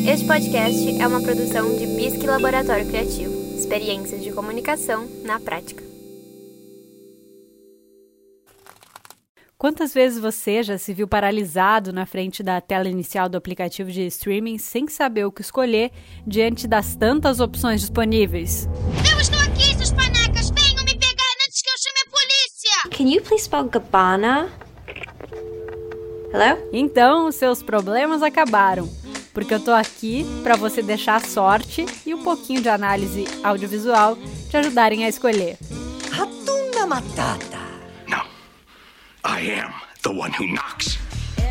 Este podcast é uma produção de Bisque Laboratório Criativo. Experiências de comunicação na prática. Quantas vezes você já se viu paralisado na frente da tela inicial do aplicativo de streaming sem saber o que escolher diante das tantas opções disponíveis? Eu estou aqui, seus panacas! Venham me pegar antes que eu chame a polícia! Can you please spell Gabbana? Hello? Então, seus problemas acabaram, porque eu tô aqui para você deixar a sorte e um pouquinho de análise audiovisual te ajudarem a escolher. Hakuna Matata. No, I am the one who knocks.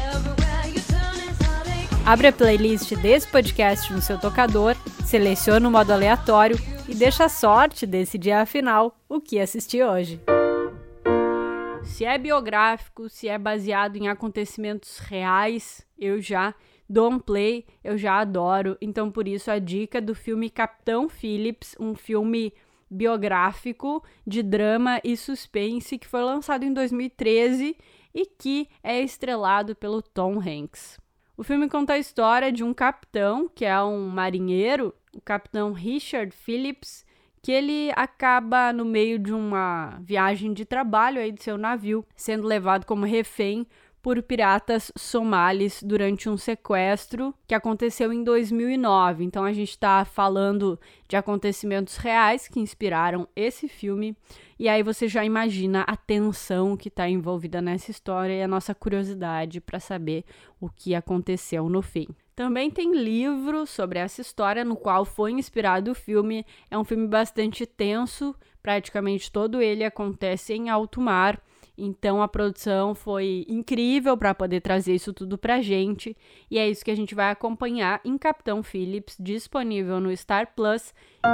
Abre a playlist desse podcast no seu tocador, seleciona o modo aleatório e deixa a sorte decidir afinal o que assistir hoje. Se é biográfico, se é baseado em acontecimentos reais, eu já dou um play, eu já adoro. Então, por isso, a dica do filme Capitão Phillips, um filme biográfico de drama e suspense que foi lançado em 2013 e que é estrelado pelo Tom Hanks. O filme conta a história de um capitão, que é um marinheiro, o capitão Richard Phillips, que ele acaba no meio de uma viagem de trabalho aí de seu navio, sendo levado como refém por piratas somalis durante um sequestro que aconteceu em 2009. Então a gente está falando de acontecimentos reais que inspiraram esse filme, e aí você já imagina a tensão que está envolvida nessa história e a nossa curiosidade para saber o que aconteceu no fim. Também tem livro sobre essa história no qual foi inspirado o filme. É um filme bastante tenso, praticamente todo ele acontece em alto mar. Então a produção foi incrível para poder trazer isso tudo pra gente. E é isso que a gente vai acompanhar em Capitão Phillips, disponível no Star Plus.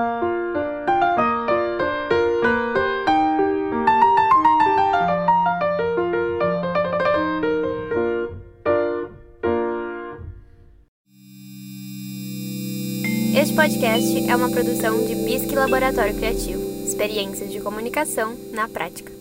Este podcast é uma produção de Bisque Laboratório Criativo. Experiências de comunicação na prática.